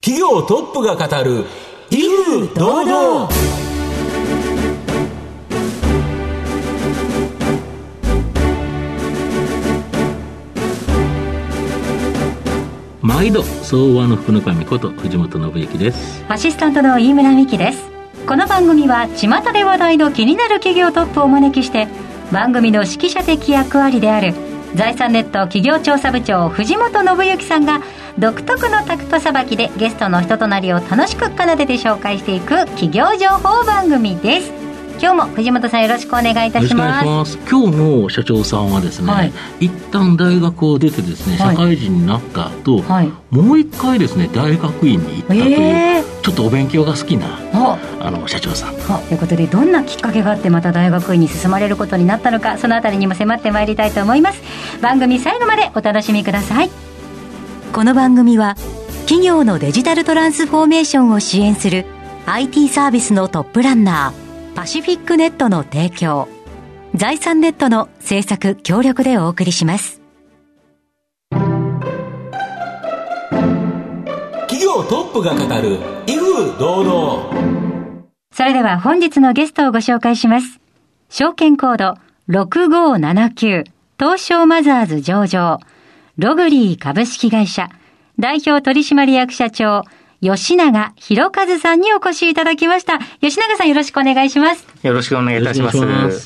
企業トップが語る威風堂々。 毎度相場の福の神こと藤本信之です。 アシスタントの飯村美希です。この番組は巷で話題の気になる企業トップをお招きして、番組の指揮者的役割である財産ネット企業調査部長藤本信之さんが独特のタクトさばきでゲストの人となりを楽しく奏でて紹介していく企業情報番組です。今日も藤本さんよろしくお願いいたします。 よろしくお願いします。今日の社長さんはですね、はい、一旦大学を出てですね、社会人になった後、はい、もう一回ですね大学院に行ったという、ちょっとお勉強が好きな社長さんということで、どんなきっかけがあってまた大学院に進まれることになったのか、そのあたりにも迫ってまいりたいと思います。番組最後までお楽しみください。この番組は企業のデジタルトランスフォーメーションを支援する IT サービスのトップランナーパシフィックネットの提供、財産ネットの制作協力でお送りします。 企業トップが語る威風堂々。 それでは本日のゲストをご紹介します。証券コード6579東証マザーズ上場ログリー株式会社代表取締役社長吉永博和さんにお越しいただきました。吉永さんよろしくお願いします。 よろしくお願いいたします。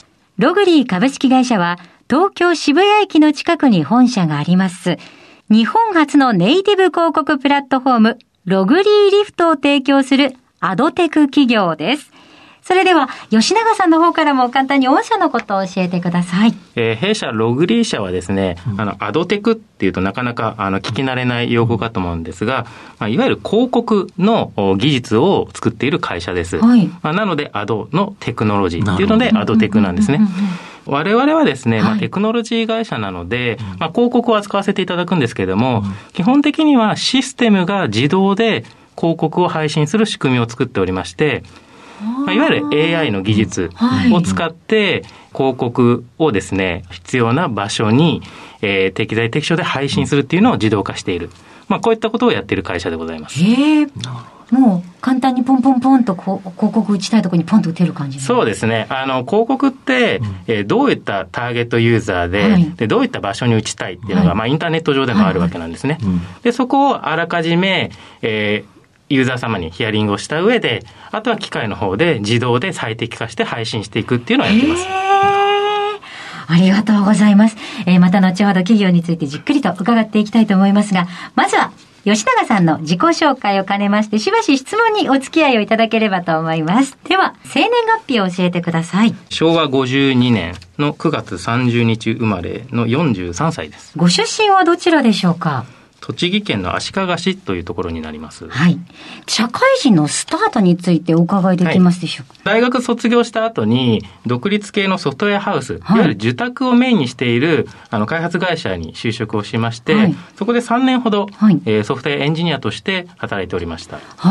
ログリー株式会社は東京渋谷駅の近くに本社があります。日本初のネイティブ広告プラットフォームログリーリフトを提供するアドテク企業です。それでは吉永さんの方からも簡単に御社のことを教えてください。 弊社ログリー社はですね、アドテクっていうとなかなか聞き慣れない用語かと思うんですが、いわゆる広告の技術を作っている会社です。はい、なのでアドのテクノロジーっていうのでアドテクなんですね。我々はですね、テクノロジー会社なので、広告を扱わせていただくんですけれども、基本的にはシステムが自動で広告を配信する仕組みを作っておりまして、いわゆる AI の技術を使って広告をですね、必要な場所に適材適所で配信するっていうのを自動化している。こういったことをやっている会社でございます。 もう簡単にポンポンポンと広告打ちたいところにポンと打てる感じ。 そうですね。広告って、どういったターゲットユーザーで、どういった場所に打ちたいっていうのが、インターネット上でもあるわけなんですね。で、そこをあらかじめ、ユーザー様にヒアリングをした上で、あとは機械の方で自動で最適化して配信していくっていうのをやっています。 ありがとうございます。また後ほど企業についてじっくりと伺っていきたいと思いますが、まずは吉永さんの自己紹介を兼ねまして、しばし質問にお付き合いをいただければと思います。では生年月日を教えてください。 昭和52年の9月30日生まれの43歳です。 ご出身はどちらでしょうか？ 栃木県の足利市というところになります。 はい。社会人のスタートについてお伺いできますでしょうか？ 大学卒業した後に独立系のソフトウェアハウス、いわゆる受託をメインにしている開発会社に就職をしまして、そこで3年ほど、ソフトウェアエンジニアとして働いておりました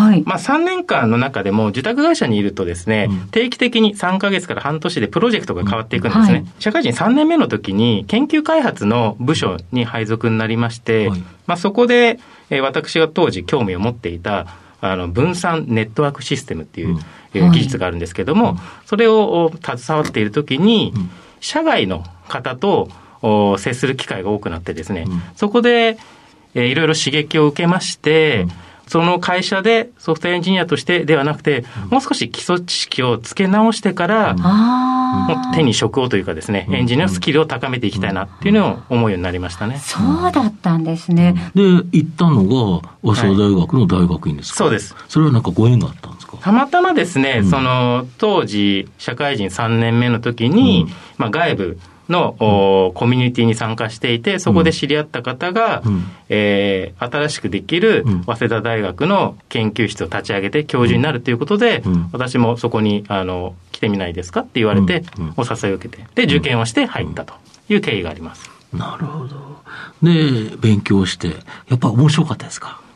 。3年間の中でも受託会社にいるとですね、定期的に3ヶ月から半年でプロジェクトが変わっていくんですね。社会人3年目の時に研究開発の部署に配属になりまして、そこで、私が当時興味を持っていた分散ネットワークシステムっていう、技術があるんですけども、それを携わっているときに、社外の方と接する機会が多くなってですね、そこで、いろいろ刺激を受けまして、その会社でソフトウェアエンジニアとしてではなくて、もう少し基礎知識をつけ直してから、もう手に職をというかですね、エンジニアのスキルを高めていきたいなっていうのを思うようになりましたね。 そうだったんですね。 で、行ったのが早稲田大学の大学院ですか？ そうです。 それはなんかご縁があったんですか？ たまたまですね、その当時社会人3年目の時に、外部のコミュニティに参加していて、そこで知り合った方が、新しくできる早稲田大学の研究室を立ち上げて教授になるということで、私もそこに来てみないですかって言われて、お誘いを受けて、で受験をして入ったという経緯があります。 なるほど。で勉強してやっぱ面白かったですか？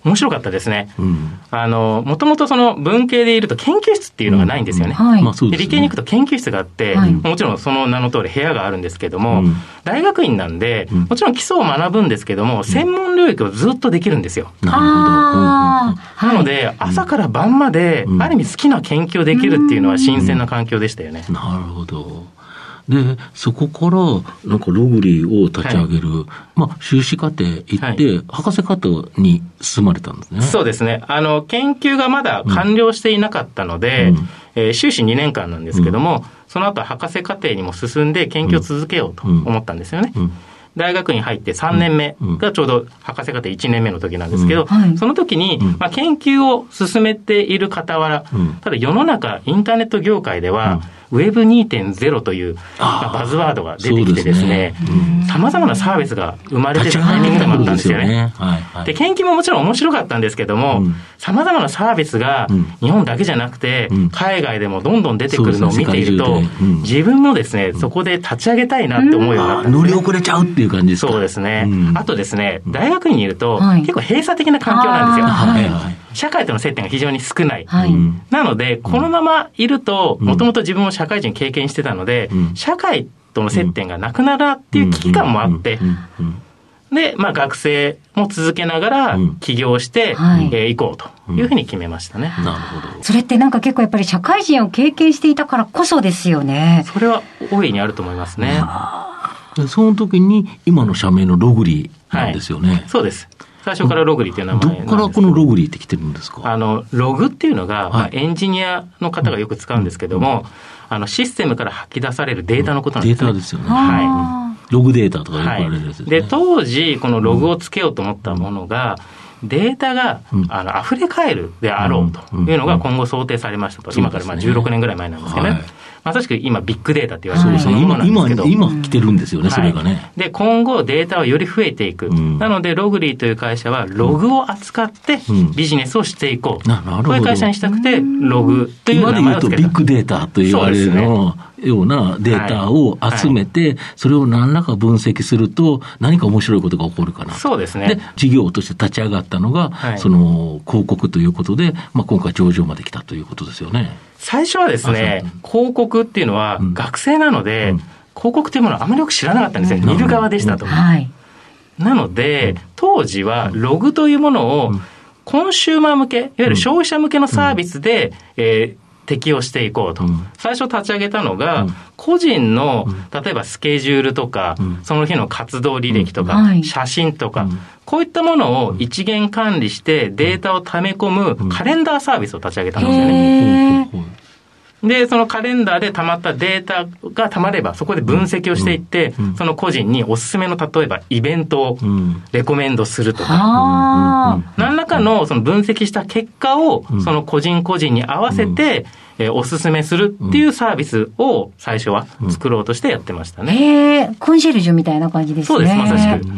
面白かったですね。もともとその文系でいると研究室っていうのがないんですよね。で理系に行くと研究室があって、もちろんその名の通り部屋があるんですけども、大学院なんで、もちろん基礎を学ぶんですけども、専門領域をずっとできるんですよ。なので、朝から晩まで、ある意味好きな研究をできるっていうのは新鮮な環境でしたよね。 なるほど。で、そこから、なんかログリーを立ち上げる、修士課程行って、博士課程に進まれたんですね。 そうですね。研究がまだ完了していなかったので、修士2年間なんですけども、その後博士課程にも進んで研究を続けようと思ったんですよね。大学院入って3年目がちょうど博士課程1年目の時なんですけど、その時に、研究を進めている傍ら、ただ世の中インターネット業界では、Web2.0 という、バズワードが出てきてですね、様々なサービスが生まれてるタイミングでもあったんですよね。で、研究ももちろん面白かったんですけども、様々なサービスが日本だけじゃなくて、海外でもどんどん出てくるのを見ていると、自分もですね、そこで立ち上げたいなって思うようになったんです。 乗り遅れちゃうっていう感じですか。 そうですね。あとですね、大学院にいると、結構閉鎖的な環境なんですよ。社会との接点が非常に少ない。なので、このままいると、もともと自分も社会人経験してたので、社会との接点がなくなるなっていう危機感もあって、で、学生も続けながら起業していこうというふうに決めましたね。 なるほど。 それってなんか結構やっぱり社会人を経験していたからこそですよね。 それは大いにあると思いますね。 その時に今の社名のログリーなんですよね。 そうです。最初からログリーという名前なんです。 どこからこのログリーって来てるんですか？ ログっていうのが、エンジニアの方がよく使うんですけども、システムから吐き出されるデータのことなんですね。 データですよね。ログデータとかよく言われるやつですね。 で、当時、このログをつけようと思ったものが、データが、溢れ返るであろうというのが今後想定されましたと。今から16年ぐらい前なんですけどね。まさしく今ビッグデータって言われてるものなんですけど、 今来てるんですよね、それがね。 で、今後データはより増えていく。なので、ログリーという会社はログを扱ってビジネスをしていこう。こういう会社にしたくて、ログという名前をつけた。 今で言うとビッグデータと言われるのようなデータを集めて、それを何らか分析すると何か面白いことが起こるかな。 そうですね。 で、事業として立ち上がったのが、その広告ということで、今回上場まで来たということですよね。 最初はですね、広告っていうのは学生なので、広告というものはあまりよく知らなかったんですよ。見る側でしたと。なので、当時はログというものをコンシューマー向け、いわゆる消費者向けのサービスで、適用していこうと。最初立ち上げたのが、個人の、例えばスケジュールとか、その日の活動履歴とか、写真とか、こういったものを一元管理してデータを溜め込むカレンダーサービスを立ち上げたんですよね。で、そのカレンダーで溜まったデータが溜まれば、そこで分析をしていって、その個人におすすめの、例えばイベントをレコメンドするとか、何らかのその分析した結果を、その個人個人に合わせて、おすすめするっていうサービスを最初は作ろうとしてやってましたね。 コンシェルジュみたいな感じですね。 そうです、まさしく。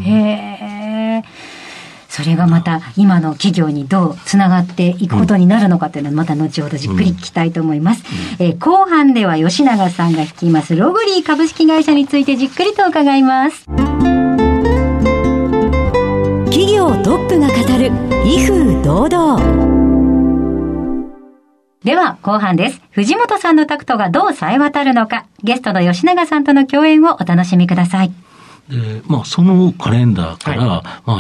それがまた今の企業にどうつながっていくことになるのかというのはまた後ほどじっくり聞きたいと思います。後半では吉永さんが率いますログリー株式会社についてじっくりと伺います。企業トップが語る威風堂々。では後半です。藤本さんのタクトがどう冴え渡るのか、ゲストの吉永さんとの共演をお楽しみください。 でそのカレンダーから、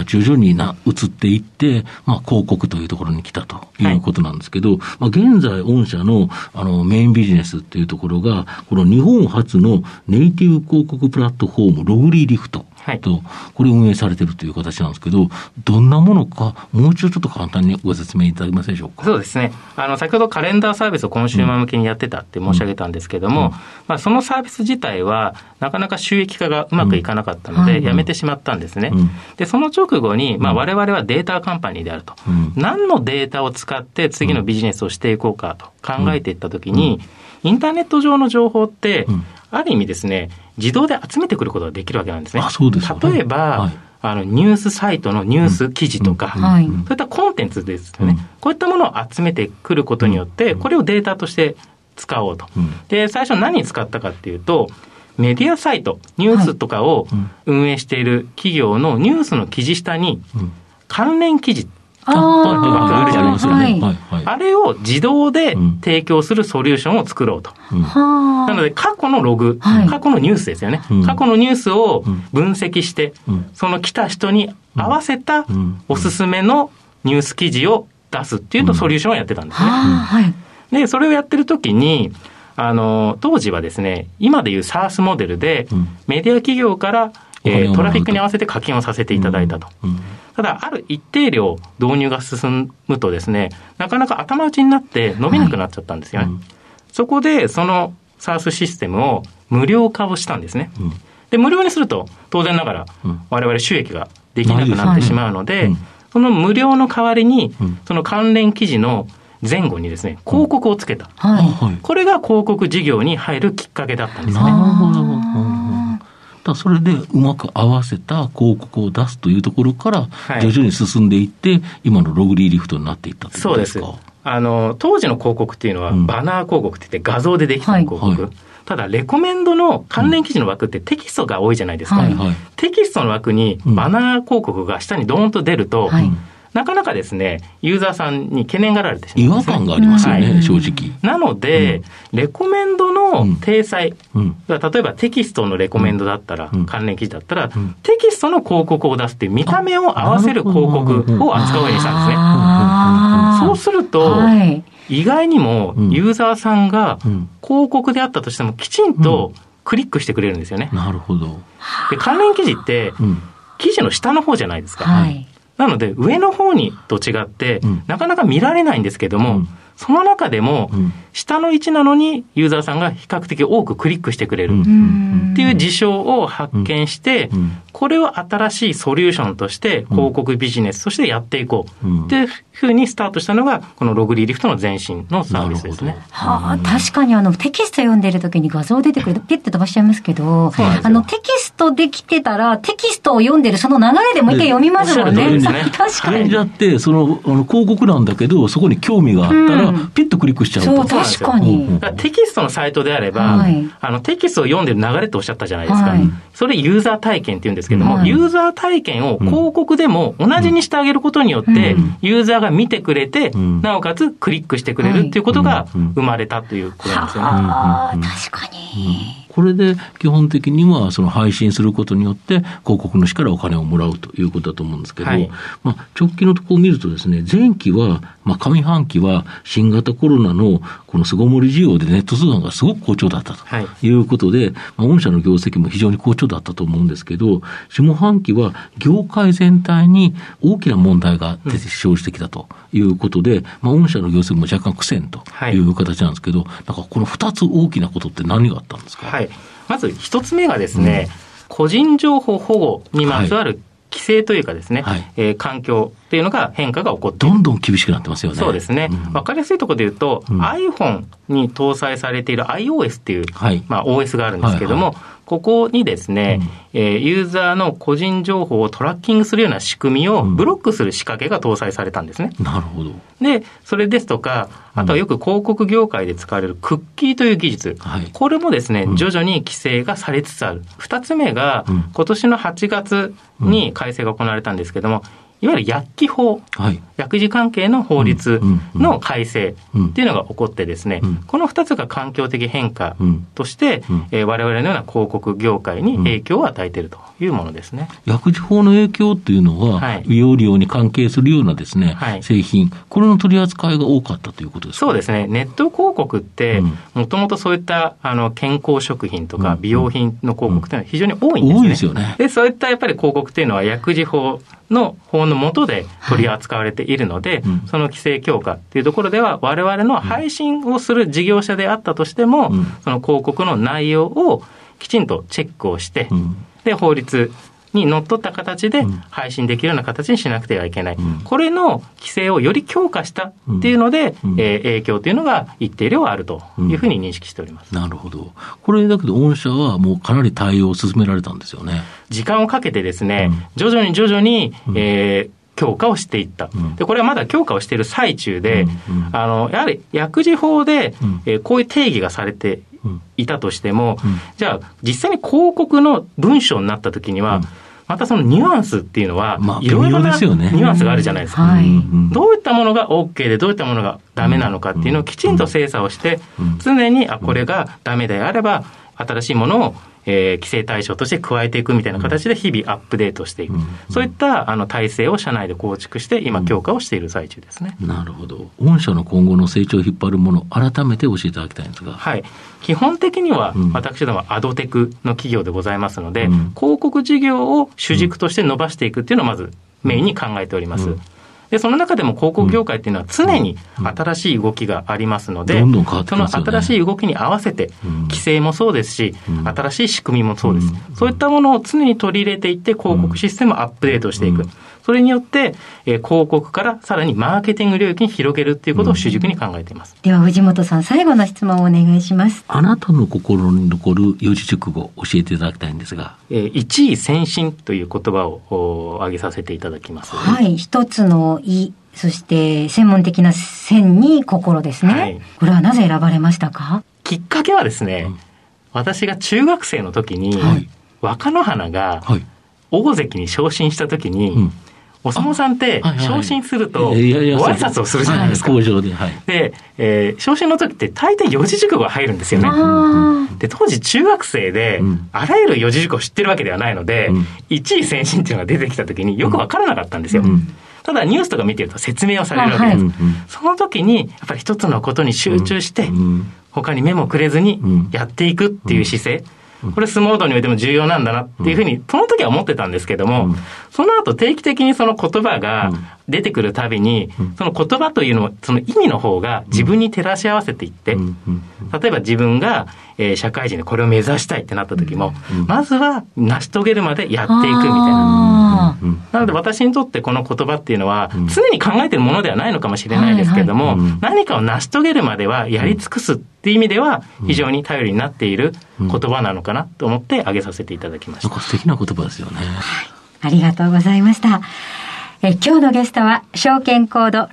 徐々に移っていって、広告というところに来たということなんですけど、現在御社の、メインビジネスっていうところが、この日本初のネイティブ広告プラットフォーム、ログリーリフト。これ運営されているという形なんですけど、どんなものか、もう一度ちょっと簡単にご説明いただけますでしょうか。 そうですね。先ほどカレンダーサービスをコンシューマー向けにやってたって申し上げたんですけども、そのサービス自体は、なかなか収益化がうまくいかなかったので、やめてしまったんですね。で、その直後に、我々はデータカンパニーであると。何のデータを使って次のビジネスをしていこうかと考えていったときに、インターネット上の情報って、ある意味ですね、自動で集めてくることができるわけなんですね。 そうですよね。 例えば、ニュースサイトのニュース記事とか、そういったコンテンツですよね。こういったものを集めてくることによって、これをデータとして使おうと。で、最初何に使ったかっていうと、メディアサイト、ニュースとかを運営している企業のニュースの記事下に、関連記事、 枠あるじゃないですか、あれを自動で提供するソリューションを作ろうと、なので過去のログ、過去のニュースですよね、過去のニュースを分析して、その来た人に合わせたおすすめのニュース記事を出すっていうソリューションをやってたんですね。でそれをやってる時に当時はですね、今でいう SaaS モデルで、メディア企業からトラフィックに合わせて課金をさせていただいたと。ただある一定量導入が進むとですね、なかなか頭打ちになって伸びなくなっちゃったんですよね。そこでその SaaS システムを無料化をしたんですね。で無料にすると当然ながら我々収益ができなくなってしまうので、その無料の代わりにその関連記事の前後にですね、広告をつけた、これが広告事業に入るきっかけだったんですね。 それでうまく合わせた広告を出すというところから徐々に進んでいって、今のログリーリフトになっていったということですか。 そうです。当時の広告っていうのはバナー広告って言って画像でできた広告、ただレコメンドの関連記事の枠ってテキストが多いじゃないですか、テキストの枠にバナー広告が下にドーンと出ると、なかなかですね、ユーザーさんに懸念がられてしまうんですね。 違和感がありますよね、正直。 なので、レコメンドの体裁、例えばテキストのレコメンドだったら、関連記事だったら、テキストの広告を出すっていう見た目を合わせる広告を扱うようにしたんですね。そうすると、意外にもユーザーさんが広告であったとしてもきちんとクリックしてくれるんですよね。 なるほど。 で関連記事って記事の下の方じゃないですか。なので上の方にと違って、なかなか見られないんですけども、その中でも下の位置なのにユーザーさんが比較的多くクリックしてくれるっていう事象を発見して、これを新しいソリューションとして広告ビジネスとしてやっていこうっていうふうにスタートしたのがこのログリーリフトの前身のサービスですね。 確かにテキスト読んでる時に画像出てくるとピッて飛ばしちゃいますけど、テキストできてたらテキストを読んでるその流れでもう一回読みますもんね。確かに。 だってその広告なんだけど、そこに興味があったらピッとクリックしちゃうと。 そう確かに。 テキストのサイトであれば、テキストを読んでる流れっておっしゃったじゃないですか。それユーザー体験って言うんですけども、ユーザー体験を広告でも同じにしてあげることによって、ユーザーが見てくれて、なおかつクリックしてくれるっていうことが生まれたということなんですよね。 確かに。 これで基本的にはその配信することによって広告主からお金をもらうということだと思うんですけど、直近のところを見るとですね、前期は、上半期は新型コロナのこの巣ごもり需要でネット通販がすごく好調だったということで、御社の業績も非常に好調だったと思うんですけど、下半期は業界全体に大きな問題が生じてきたということで、御社の業績も若干苦戦という形なんですけど、なんかこの2つ大きなことって何があったんですか。 まず一つ目がですね、個人情報保護にまつわる規制というかですね、環境っていうのが変化が起こっている。 どんどん厳しくなってますよね。 そうですね。わかりやすいところで言うと、iPhone に搭載されている iOS っていう、OS があるんですけども、ここにですね、ユーザーの個人情報をトラッキングするような仕組みをブロックする仕掛けが搭載されたんですね。 なるほど。 で、それですとか、あとはよく広告業界で使われるクッキーという技術、これもですね、徐々に規制がされつつある。二つ目が、今年の8月に改正が行われたんですけども、いわゆる薬機法、薬事関係の法律の改正っていうのが起こってですね、この2つが環境的変化として、我々のような広告業界に影響を与えているというものですね。 薬事法の影響っていうのは、医療利用に関係するようなですね、製品、これの取り扱いが多かったということですか。 そうですね。ネット広告って、もともとそういった健康食品とか美容品の広告というのは非常に多いんですね。 多いですよね。 で、そういったやっぱり広告っていうのは薬事法の下で取り扱われているので、その規制強化というところでは我々の配信をする事業者であったとしても、その広告の内容をきちんとチェックをして、で法律にのっとった形で配信できるような形にしなくてはいけない、これの規制をより強化したっていうので、影響というのが一定量あるというふうに認識しております。 なるほど。これだけど御社はもうかなり対応を進められたんですよね。 時間をかけてですね、徐々に、強化をしていった。で、これはまだ強化をしている最中で、やはり薬事法で、こういう定義がされていたとしても、じゃあ実際に広告の文章になったときには、 またそのニュアンスっていうのは、いろいろなニュアンスがあるじゃないですか、どういったものが OK でどういったものがダメなのかっていうのをきちんと精査をして、常にこれがダメであれば新しいものを規制対象として加えていくみたいな形で日々アップデートしていく、そういった体制を社内で構築して今強化をしている最中ですね。 なるほど。御社の今後の成長を引っ張るもの、改めて教えていただきたいんですが。 はい、基本的には私どもアドテクの企業でございますので、広告事業を主軸として伸ばしていくっていうのをまずメインに考えております。でその中でも広告業界っていうのは常に新しい動きがありますので、 どんどん変わってきますよね。 その新しい動きに合わせて規制もそうですし、新しい仕組みもそうです、そういったものを常に取り入れていって広告システムをアップデートしていく、それによって、広告からさらにマーケティング領域に広げるっていうことを主軸に考えています。 では藤本さん、最後の質問をお願いします。 あなたの心に残る四字熟語教えていただきたいんですが、 一意専心という言葉を挙げさせていただきます。 はい、一つの意、そして専門的な線に心ですね、はい、これはなぜ選ばれましたか？ きっかけはですね、私が中学生の時に、若乃花が大関に昇進した時に、お相撲さんって昇進するとご挨拶をするじゃないですか。で、昇進の時って大抵四字熟語が入るんですよね。で当時中学生で、あらゆる四字熟語を知ってるわけではないので、一意専心っていうのが出てきた時によく分からなかったんですよ。ただニュースとか見てると説明をされるわけです、その時にやっぱり一つのことに集中して、他に目もくれずにやっていくっていう姿勢、これ相撲道においても重要なんだなっていうふうにその時は思ってたんですけども、その後定期的にその言葉が出てくるたびに、その言葉というのその意味の方が自分に照らし合わせていって、例えば自分が社会人でこれを目指したいってなった時も、まずは成し遂げるまでやっていくみたいな。なので私にとってこの言葉っていうのは常に考えているものではないのかもしれないですけれども、何かを成し遂げるまではやり尽くすっていう意味では非常に頼りになっている言葉なのかなと思って挙げさせていただきました。 なんか素敵な言葉ですよね。 ありがとうございました。今日のゲストは証券コード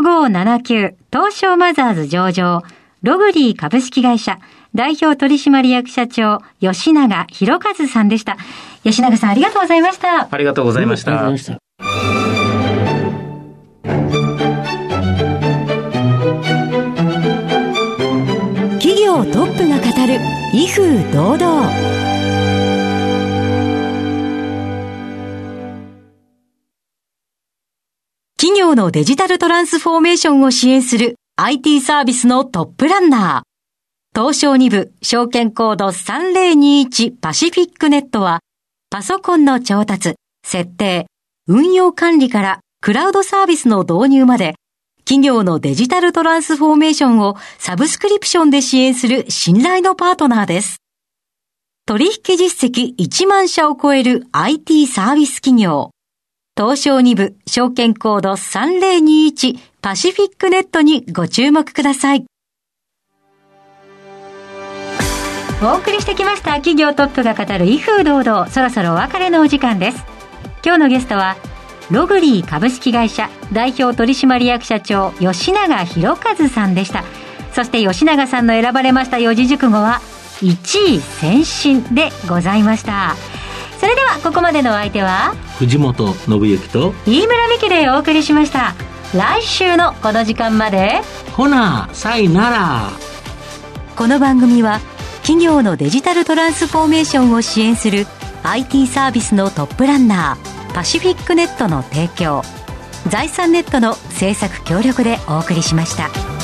6579東証マザーズ上場ログリー株式会社代表取締役社長吉永博和さんでした。吉永さん、ありがとうございました。 ありがとうございました。 企業トップが語る威風堂々。企業のデジタルトランスフォーメーションを支援する IT サービスのトップランナー。東証2部証券コード3021パシフィックネットは、パソコンの調達、設定、運用管理からクラウドサービスの導入まで、企業のデジタルトランスフォーメーションをサブスクリプションで支援する信頼のパートナーです。取引実績1万社を超える IT サービス企業。東証2部証券コード3021パシフィックネットにご注目ください。お送りしてきました企業トップが語る威風堂々、そろそろお別れのお時間です。今日のゲストはログリー株式会社代表取締役社長吉永博和さんでした。そして吉永さんの選ばれました四字熟語は一意専心でございました。それではここまでのお相手は藤本信之と飯村美希でお送りしました。来週のこの時間までほなさいなら。 この番組は企業のデジタルトランスフォーメーションを支援する IT サービスのトップランナーパシフィックネットの提供、財産ネットの制作協力でお送りしました。